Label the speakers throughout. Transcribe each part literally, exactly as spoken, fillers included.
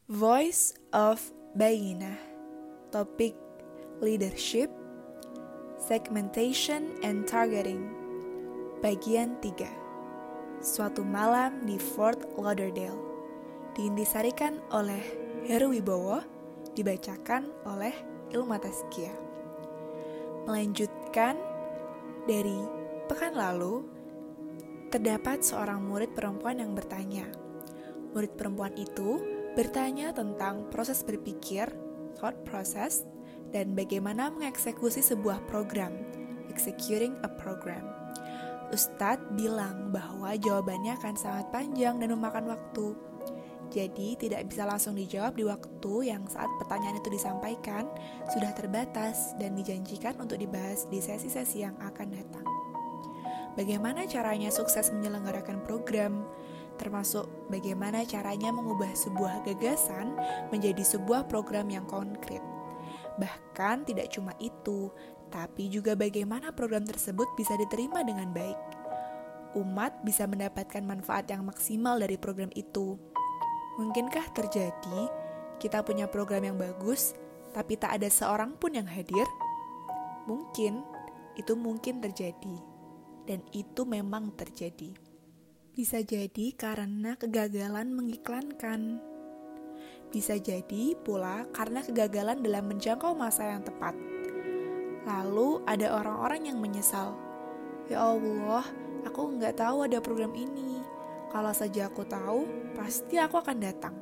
Speaker 1: Voice of Bayinah. Topik Leadership, Segmentation and Targeting. Bagian tiga. Suatu malam di Fort Lauderdale. Diintisarikan oleh Heru Wibowo, dibacakan oleh Ilma Taskia. Melanjutkan dari pekan lalu, terdapat seorang murid perempuan yang bertanya. Murid perempuan itu bertanya tentang proses berpikir, thought process, dan bagaimana mengeksekusi sebuah program, executing a program. Ustadz bilang bahwa jawabannya akan sangat panjang dan memakan waktu. Jadi tidak bisa langsung dijawab di waktu yang saat pertanyaan itu disampaikan sudah terbatas dan dijanjikan untuk dibahas di sesi-sesi yang akan datang. Bagaimana caranya sukses menyelenggarakan program, termasuk bagaimana caranya mengubah sebuah gagasan menjadi sebuah program yang konkret. Bahkan tidak cuma itu, tapi juga bagaimana program tersebut bisa diterima dengan baik. Umat bisa mendapatkan manfaat yang maksimal dari program itu. Mungkinkah terjadi kita punya program yang bagus, tapi tak ada seorang pun yang hadir? Mungkin, itu mungkin terjadi. Dan itu memang terjadi. Bisa jadi karena kegagalan mengiklankan. Bisa jadi pula karena kegagalan dalam menjangkau masa yang tepat. Lalu ada orang-orang yang menyesal. Ya Allah, aku nggak tahu ada program ini. Kalau saja aku tahu, pasti aku akan datang.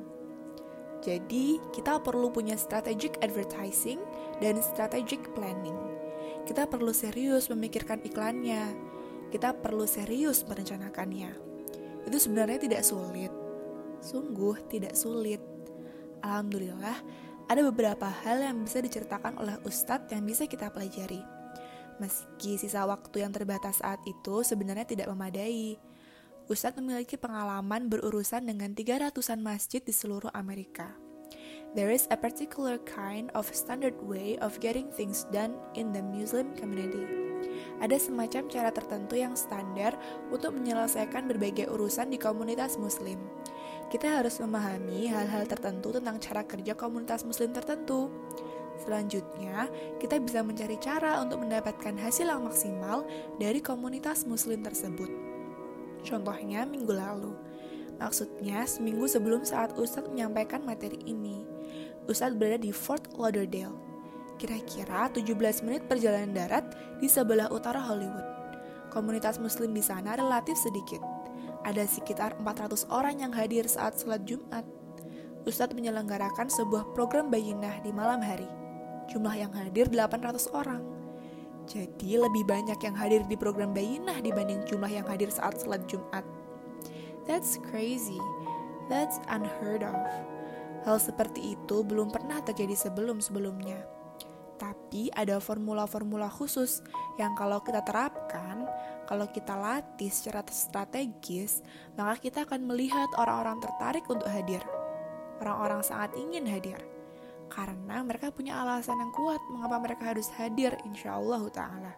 Speaker 1: Jadi, kita perlu punya strategic advertising dan strategic planning. Kita perlu serius memikirkan iklannya. Kita perlu serius merencanakannya. Itu sebenarnya tidak sulit. Sungguh tidak sulit. Alhamdulillah, ada beberapa hal yang bisa diceritakan oleh Ustadz yang bisa kita pelajari. Meski sisa waktu yang terbatas saat itu sebenarnya tidak memadai. Ustadz memiliki pengalaman berurusan dengan tiga ratusan masjid di seluruh Amerika. There is a particular kind of standard way of getting things done in the Muslim community. Ada semacam cara tertentu yang standar untuk menyelesaikan berbagai urusan di komunitas muslim. Kita harus memahami hal-hal tertentu tentang cara kerja komunitas muslim tertentu. Selanjutnya, kita bisa mencari cara untuk mendapatkan hasil yang maksimal dari komunitas muslim tersebut. Contohnya minggu lalu. Maksudnya seminggu sebelum saat Ustadz menyampaikan materi ini. Ustadz berada di Fort Lauderdale. Kira-kira tujuh belas menit perjalanan darat di sebelah utara Hollywood. Komunitas muslim di sana relatif sedikit. Ada sekitar empat ratus orang yang hadir saat sholat Jumat. Ustadz menyelenggarakan sebuah program bayinah di malam hari. Jumlah yang hadir delapan ratus orang. Jadi lebih banyak yang hadir di program bayinah dibanding jumlah yang hadir saat sholat Jumat. That's crazy. That's unheard of. Hal seperti itu belum pernah terjadi sebelum-sebelumnya. Tapi ada formula-formula khusus yang kalau kita terapkan, kalau kita latih secara strategis, maka kita akan melihat orang-orang tertarik untuk hadir. Orang-orang sangat ingin hadir. Karena mereka punya alasan yang kuat mengapa mereka harus hadir, insyaallah ta'ala.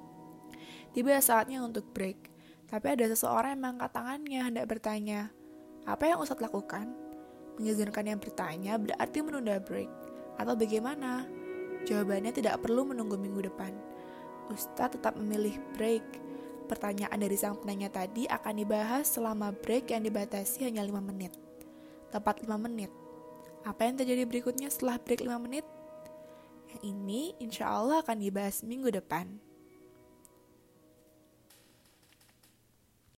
Speaker 1: Tiba saatnya untuk break. Tapi ada seseorang yang mengangkat tangannya hendak bertanya, apa yang Ustadz lakukan? Mengizinkan yang bertanya berarti menunda break. Atau bagaimana? Jawabannya tidak perlu menunggu minggu depan. Ustadz tetap memilih break. Pertanyaan dari sang penanya tadi akan dibahas selama break yang dibatasi hanya lima menit. Tepat lima menit. Apa yang terjadi berikutnya setelah break lima menit? Yang ini insya Allah akan dibahas minggu depan.